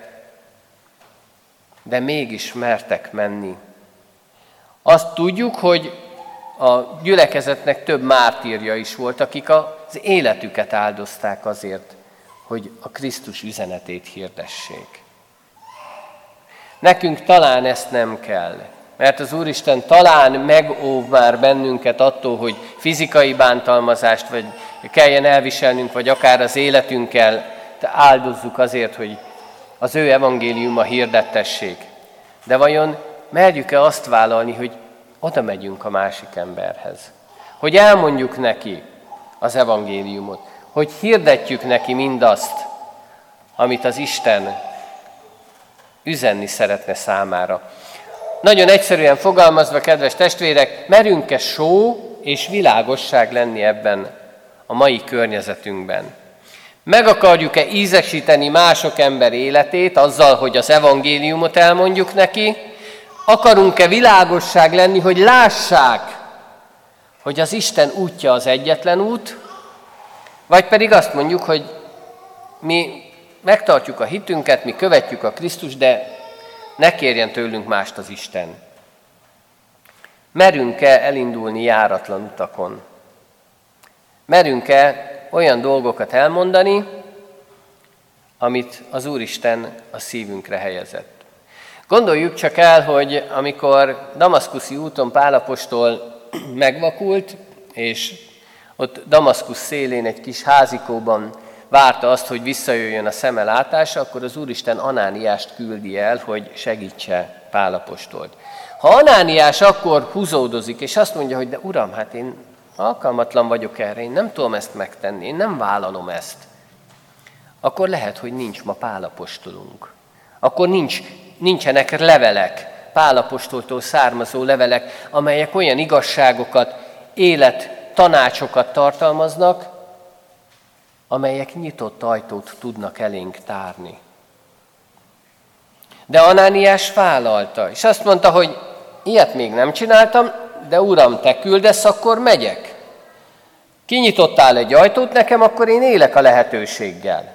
S1: de mégis mertek menni. Azt tudjuk, hogy a gyülekezetnek több mártírja is volt, akik az életüket áldozták azért, hogy a Krisztus üzenetét hirdessék. Nekünk talán ezt nem kell, mert az Úristen talán megóv már bennünket attól, hogy fizikai bántalmazást vagy kelljen elviselnünk, vagy akár az életünkkel áldozzuk azért, hogy az ő evangéliuma hirdettessék. De vajon merjük-e azt vállalni, hogy oda megyünk a másik emberhez? Hogy elmondjuk neki az evangéliumot, hogy hirdetjük neki mindazt, amit az Isten üzenni szeretne számára. Nagyon egyszerűen fogalmazva, kedves testvérek, merünk-e só és világosság lenni ebben a mai környezetünkben? Meg akarjuk-e ízesíteni mások ember életét azzal, hogy az evangéliumot elmondjuk neki? Akarunk-e világosság lenni, hogy lássák, hogy az Isten útja az egyetlen út? Vagy pedig azt mondjuk, hogy mi megtartjuk a hitünket, mi követjük a Krisztust, de ne kérjen tőlünk mást az Isten. Merünk-e elindulni járatlan utakon? Merünk-e olyan dolgokat elmondani, amit az Úristen a szívünkre helyezett? Gondoljuk csak el, hogy amikor damaszkuszi úton Pál apostol megvakult, és ott Damaszkusz szélén egy kis házikóban várta azt, hogy visszajöjjön a szeme látása, akkor az Úristen Anániást küldi el, hogy segítse Pál apostolt. Ha Anániás akkor húzódozik, és azt mondja, hogy de Uram, hát én alkalmatlan vagyok erre, én nem tudom ezt megtenni, én nem vállalom ezt, akkor lehet, hogy nincs ma Pál apostolunk. Akkor nincs, nincsenek levelek Pál apostoltól származó levelek, amelyek olyan igazságokat, élet tanácsokat tartalmaznak, amelyek nyitott ajtót tudnak elénk tárni. De Anániás vállalta, és azt mondta, hogy ilyet még nem csináltam, de Uram, te küldesz, akkor megyek. Kinyitottál egy ajtót nekem, akkor én élek a lehetőséggel.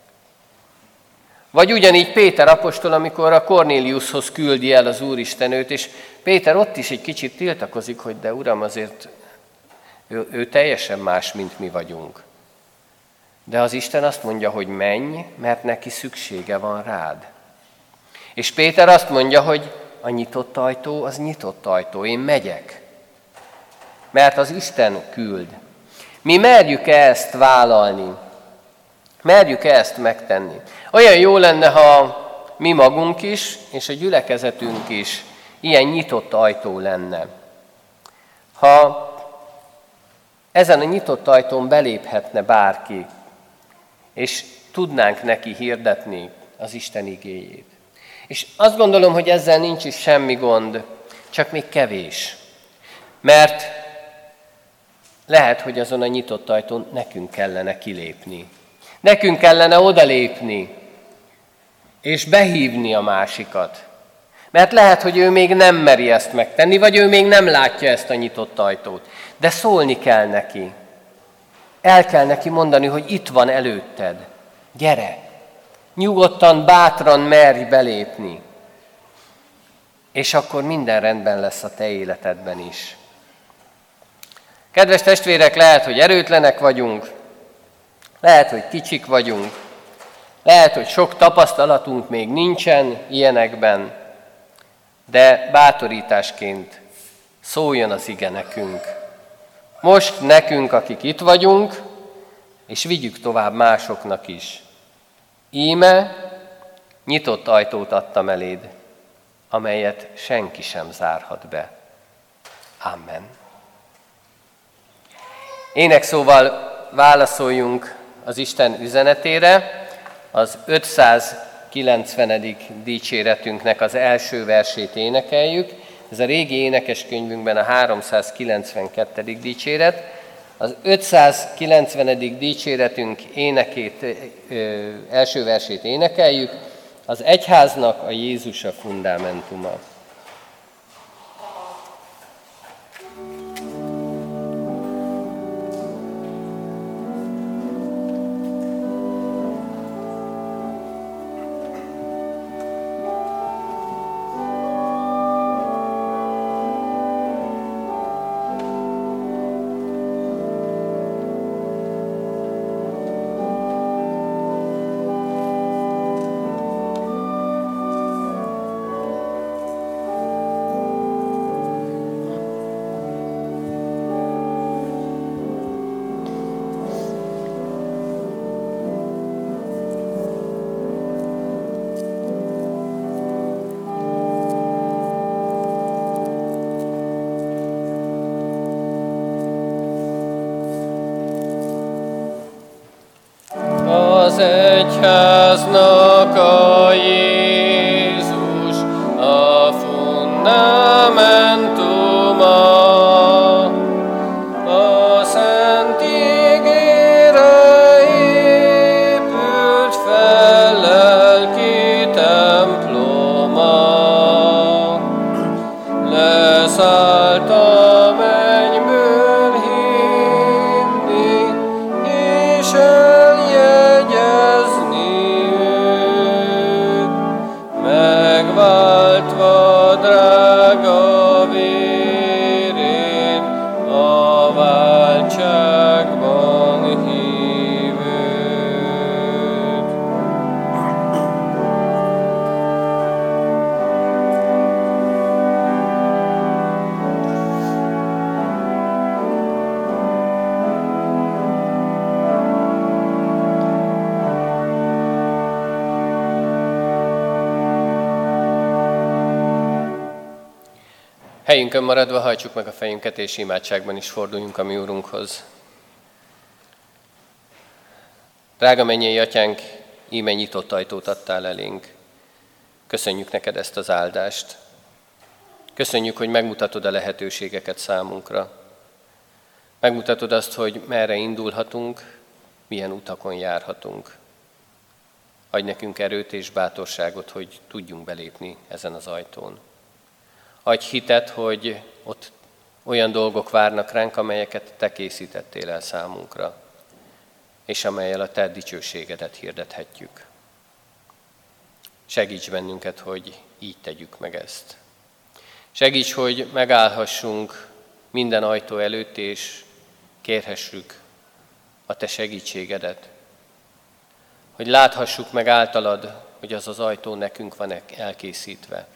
S1: Vagy ugyanígy Péter apostol, amikor a Kornéliushoz küldi el az Úristen őt, és Péter ott is egy kicsit tiltakozik, hogy de Uram, azért ő, ő teljesen más, mint mi vagyunk. De az Isten azt mondja, hogy menj, mert neki szüksége van rád. És Péter azt mondja, hogy a nyitott ajtó az nyitott ajtó, én megyek. Mert az Isten küld. Mi merjük-e ezt vállalni? Merjük-e ezt megtenni? Olyan jó lenne, ha mi magunk is, és a gyülekezetünk is ilyen nyitott ajtó lenne. Ha ezen a nyitott ajtón beléphetne bárki, és tudnánk neki hirdetni az Isten igéjét. És azt gondolom, hogy ezzel nincs is semmi gond, csak még kevés. Mert lehet, hogy azon a nyitott ajtón nekünk kellene kilépni. Nekünk kellene odalépni, és behívni a másikat. Mert lehet, hogy ő még nem meri ezt megtenni, vagy ő még nem látja ezt a nyitott ajtót. De szólni kell neki. El kell neki mondani, hogy itt van előtted. Gyere! Nyugodtan, bátran merj belépni. És akkor minden rendben lesz a te életedben is. Kedves testvérek, lehet, hogy erőtlenek vagyunk, lehet, hogy kicsik vagyunk, lehet, hogy sok tapasztalatunk még nincsen ilyenekben, de bátorításként szóljon az ige nekünk. Most nekünk, akik itt vagyunk, és vigyük tovább másoknak is. Íme nyitott ajtót adtam eléd, amelyet senki sem zárhat be. Amen. Énekszóval válaszoljunk az Isten üzenetére, az ötszázkilencvenedik dicséretünknek az első versét énekeljük. Ez a régi énekeskönyvünkben a háromszázkilencvenkettedik dicséret. Az ötszázkilencvenedik dicséretünk énekét, ö, első versét énekeljük. Az egyháznak a Jézus a fundamentuma.
S2: Az egyháznak a Jézus a fundamentuma, a szent ígére épült fel lelki temploma, leszállt a mennyből hívni, és megváltva drága vérén a váltságban hívőt.
S1: Helyünkön maradva hajtsuk meg a fejünket, és imádságban is forduljunk a mi Úrunkhoz. Drága mennyei Atyánk, íme nyitott ajtót adtál elénk. Köszönjük neked ezt az áldást. Köszönjük, hogy megmutatod a lehetőségeket számunkra. Megmutatod azt, hogy merre indulhatunk, milyen utakon járhatunk. Adj nekünk erőt és bátorságot, hogy tudjunk belépni ezen az ajtón. Adj hitet, hogy ott olyan dolgok várnak ránk, amelyeket Te készítettél el számunkra, és amellyel a Te dicsőségedet hirdethetjük. Segíts bennünket, hogy így tegyük meg ezt. Segíts, hogy megállhassunk minden ajtó előtt, és kérhessük a Te segítségedet. Hogy láthassuk meg általad, hogy az az ajtó nekünk van elkészítve.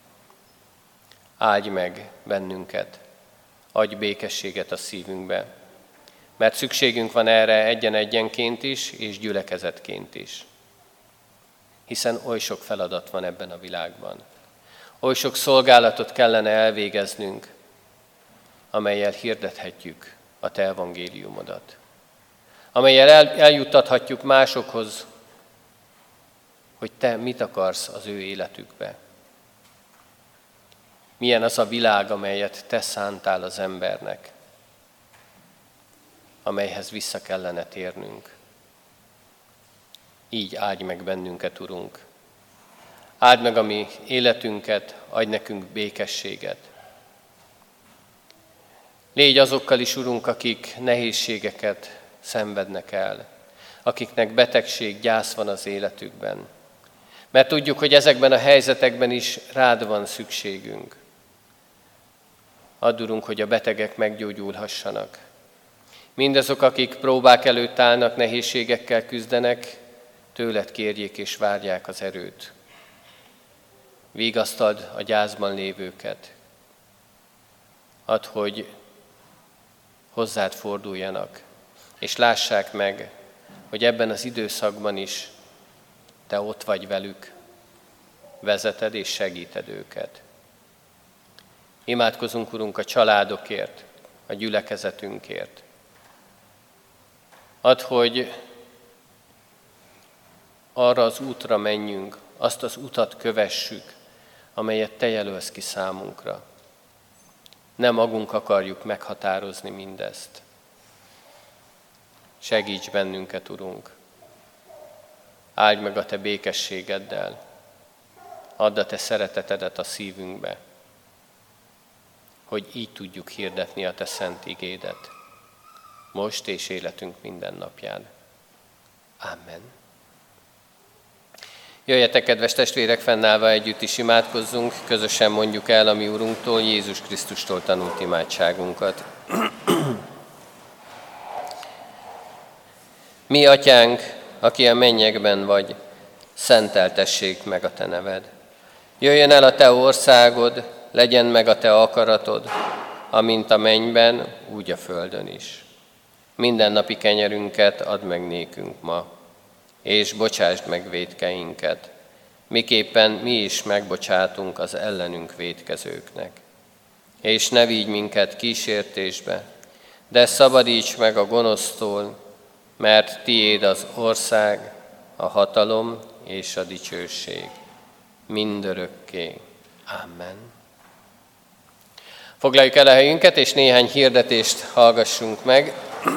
S1: Áldj meg bennünket, adj békességet a szívünkbe, mert szükségünk van erre egyen-egyenként is, és gyülekezetként is. Hiszen oly sok feladat van ebben a világban. Oly sok szolgálatot kellene elvégeznünk, amellyel hirdethetjük a Te evangéliumodat. Amellyel el, eljuttathatjuk másokhoz, hogy Te mit akarsz az ő életükbe. Milyen az a világ, amelyet Te szántál az embernek, amelyhez vissza kellene térnünk. Így áldj meg bennünket, Urunk. Áld meg a mi életünket, adj nekünk békességet. Légy azokkal is, Urunk, akik nehézségeket szenvednek el, akiknek betegség, gyász van az életükben. Mert tudjuk, hogy ezekben a helyzetekben is rád van szükségünk. Add, Urunk, hogy a betegek meggyógyulhassanak. Mindazok, akik próbák előtt állnak, nehézségekkel küzdenek, tőled kérjék és várják az erőt. Vigasztald a gyászban lévőket. Add, hogy hozzád forduljanak, és lássák meg, hogy ebben az időszakban is Te ott vagy velük, vezeted és segíted őket. Imádkozunk, Urunk, a családokért, a gyülekezetünkért. Add, hogy arra az útra menjünk, azt az utat kövessük, amelyet Te jelölsz ki számunkra. Nem magunk akarjuk meghatározni mindezt. Segíts bennünket, Urunk. Áldj meg a Te békességeddel. Add a Te szeretetedet a szívünkbe, hogy így tudjuk hirdetni a Te szent igédet, most és életünk minden napján. Amen. Jöjjetek, kedves testvérek, fennállva együtt is imádkozzunk, közösen mondjuk el a mi Urunktól, Jézus Krisztustól tanult imádságunkat. Mi, Atyánk, aki a mennyekben vagy, szenteltessék meg a Te neved. Jöjjön el a Te országod, legyen meg a Te akaratod, amint a mennyben, úgy a földön is. Mindennapi kenyerünket add meg nékünk ma, és bocsásd meg vétkeinket, miképpen mi is megbocsátunk az ellenünk vétkezőknek. És ne vigy minket kísértésbe, de szabadíts meg a gonosztól, mert tiéd az ország, a hatalom és a dicsőség mindörökké. Amen. Foglaljuk el a helyünket, és néhány hirdetést hallgassunk meg.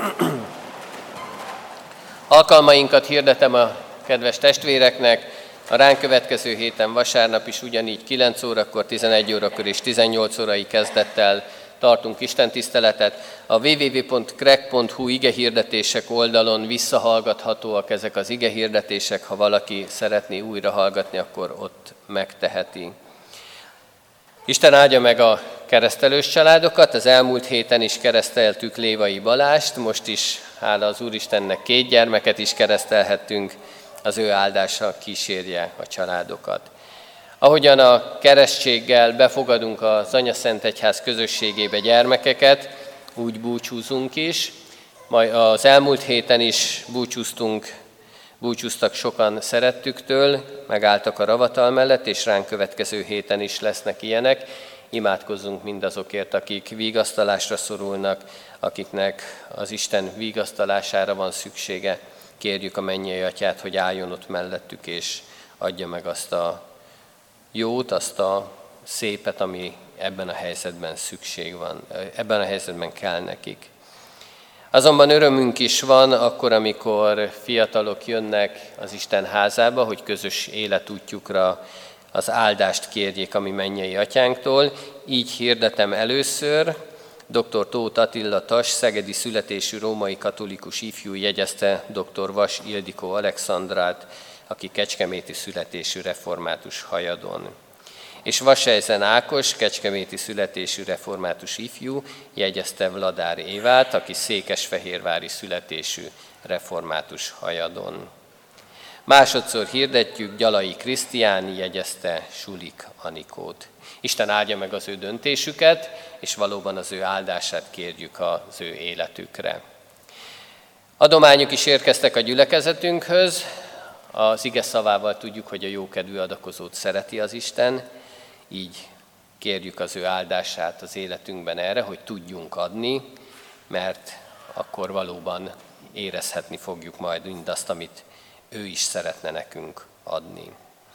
S1: Alkalmainkat hirdetem a kedves testvéreknek. A ránk következő héten vasárnap is ugyanígy kilenc órakor, tizenegy órakor és tizennyolc órai kezdettel tartunk istentiszteletet. A double-u double-u double-u pont krek pont hu igehirdetések oldalon visszahallgathatóak ezek az igehirdetések. Ha valaki szeretné újra hallgatni, akkor ott megteheti. Isten áldja meg a keresztelős családokat. Az elmúlt héten is kereszteltük Lévai Balást, most is, hála az Úristennek, két gyermeket is keresztelhettünk, az ő áldása kísérje a családokat. Ahogyan a keresztséggel befogadunk az Anyaszentegyház közösségébe gyermekeket, úgy búcsúzunk is. Majd az elmúlt héten is búcsúztunk, búcsúztak sokan szerettüktől, megálltak a ravatal mellett, és ránk következő héten is lesznek ilyenek. Imádkozzunk mindazokért, akik vigasztalásra szorulnak, akiknek az Isten vigasztalására van szüksége. Kérjük a mennyei Atyát, hogy álljon ott mellettük, és adja meg azt a jót, azt a szépet, ami ebben a helyzetben szükség van, ebben a helyzetben kell nekik. Azonban örömünk is van akkor, amikor fiatalok jönnek az Isten házába, hogy közös életútjukra az áldást kérjék a mi mennyei atyánktól. Így hirdetem először, dr. Tóth Attila Tas, szegedi születésű római katolikus ifjú jegyezte dr. Vas Ildikó Alexandrát, aki kecskeméti születésű református hajadon. És Vasejzen Ákos, kecskeméti születésű református ifjú jegyezte Vladár Évát, aki székesfehérvári születésű református hajadon. Másodszor hirdetjük, Gyalai Krisztiáni jegyezte Sulik Anikót. Isten áldja meg az ő döntésüket, és valóban az ő áldását kérjük az ő életükre. Adományok is érkeztek a gyülekezetünkhöz. Az ige szavával tudjuk, hogy a jókedvű adakozót szereti az Isten, így kérjük az ő áldását az életünkben erre, hogy tudjunk adni, mert akkor valóban érezhetni fogjuk majd mindazt, amit ő is szeretne nekünk adni.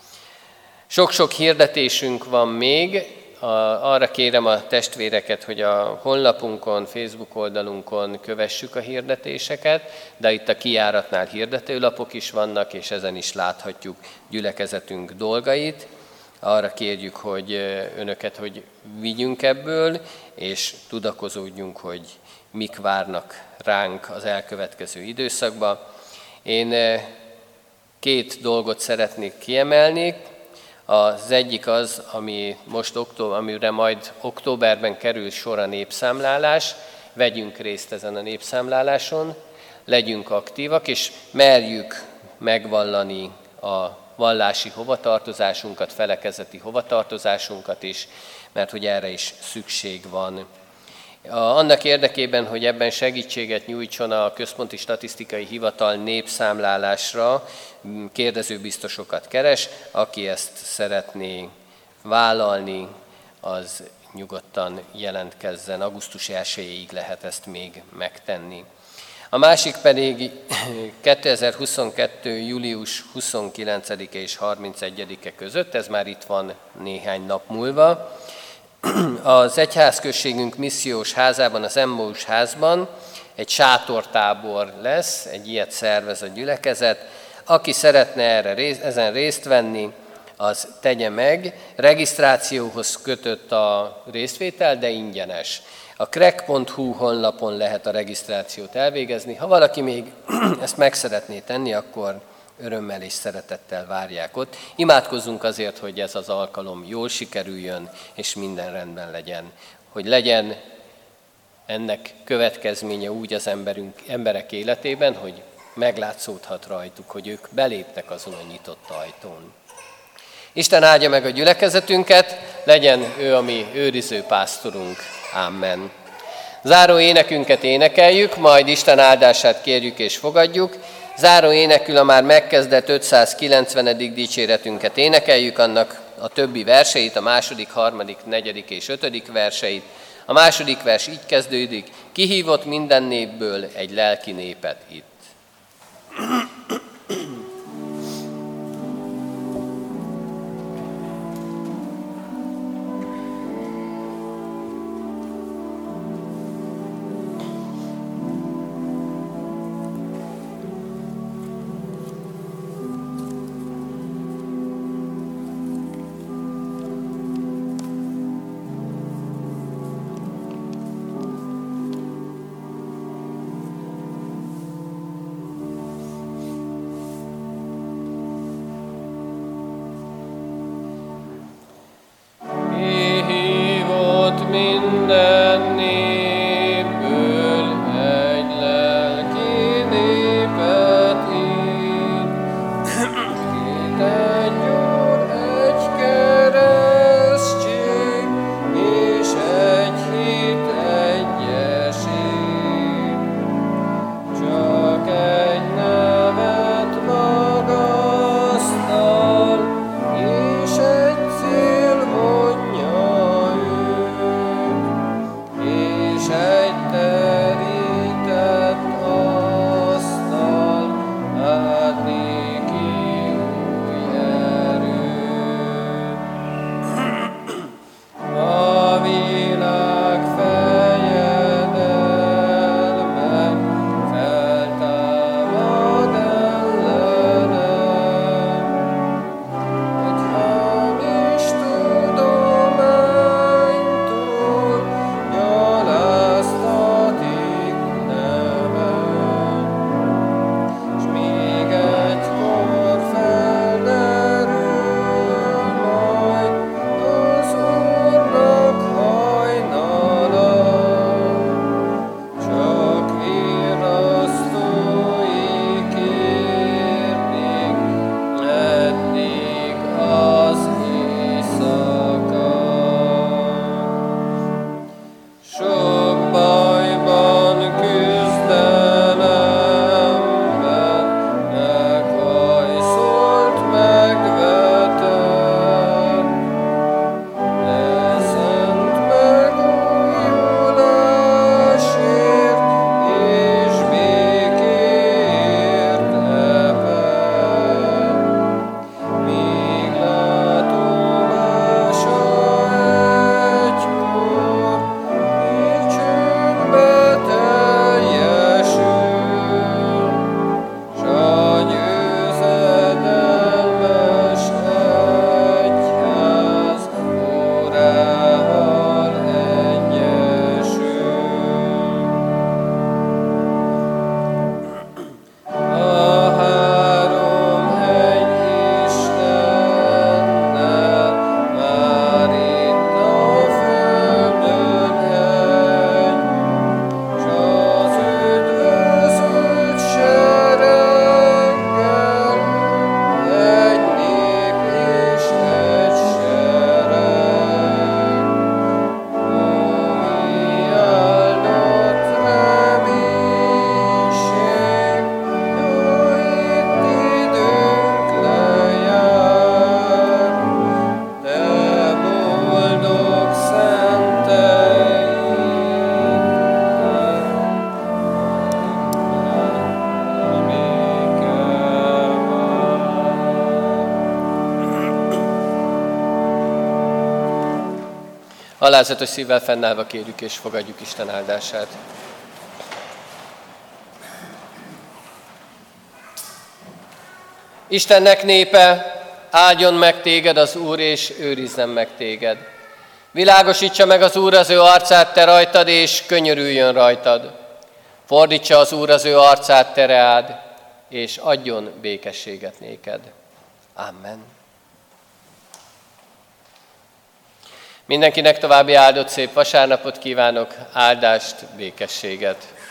S1: Sok-sok hirdetésünk van még. Arra kérem a testvéreket, hogy a honlapunkon, Facebook oldalunkon kövessük a hirdetéseket, de itt a kijáratnál hirdetőlapok is vannak, és ezen is láthatjuk gyülekezetünk dolgait. Arra kérjük, hogy önöket, hogy vigyünk ebből, és tudakozódjunk, hogy mik várnak ránk az elkövetkező időszakban. Én két dolgot szeretnék kiemelni. Az egyik az, ami most október, amire majd októberben kerül sor a népszámlálás. Vegyünk részt ezen a népszámláláson, legyünk aktívak, és merjük megvallani a vallási hovatartozásunkat, felekezeti hovatartozásunkat is, mert hogy erre is szükség van. Annak érdekében, hogy ebben segítséget nyújtson a Központi Statisztikai Hivatal népszámlálásra, kérdezőbiztosokat keres, aki ezt szeretné vállalni, az nyugodtan jelentkezzen, augusztus elsejéig lehet ezt még megtenni. A másik pedig kétezer-huszonkettő. július huszonkilencedike és harmincegyedike között, ez már itt van néhány nap múlva, az egyházközségünk missziós házában, az Emmaus házban egy sátortábor lesz, egy ilyet szervez a gyülekezet. Aki szeretne erre, ezen részt venni, az tegye meg. Regisztrációhoz kötött a részvétel, de ingyenes. A krek pont hu honlapon lehet a regisztrációt elvégezni. Ha valaki még ezt meg szeretné tenni, akkor örömmel és szeretettel várják ott. Imádkozzunk azért, hogy ez az alkalom jól sikerüljön, és minden rendben legyen. Hogy legyen ennek következménye úgy az emberünk, emberek életében, hogy meglátszódhat rajtuk, hogy ők beléptek azon a nyitott ajtón. Isten áldja meg a gyülekezetünket, legyen ő a mi őriző pásztorunk. Amen. Záró énekünket énekeljük, majd Isten áldását kérjük és fogadjuk. Záró énekül a már megkezdett ötszázkilencvenedik dicséretünket énekeljük, annak a többi verseit, a második, harmadik, negyedik és ötödik verseit. A második vers így kezdődik: kihívott minden népből egy lelki népet itt. Alázatos szívvel fennállva kérjük és fogadjuk Isten áldását. Istennek népe, áldjon meg téged az Úr, és őrizzen meg téged. Világosítsa meg az Úr az ő arcát te rajtad, és könyörüljön rajtad. Fordítsa az Úr az ő arcát te reád, és adjon békességet néked. Amen. Mindenkinek további áldott szép vasárnapot kívánok, áldást, békességet.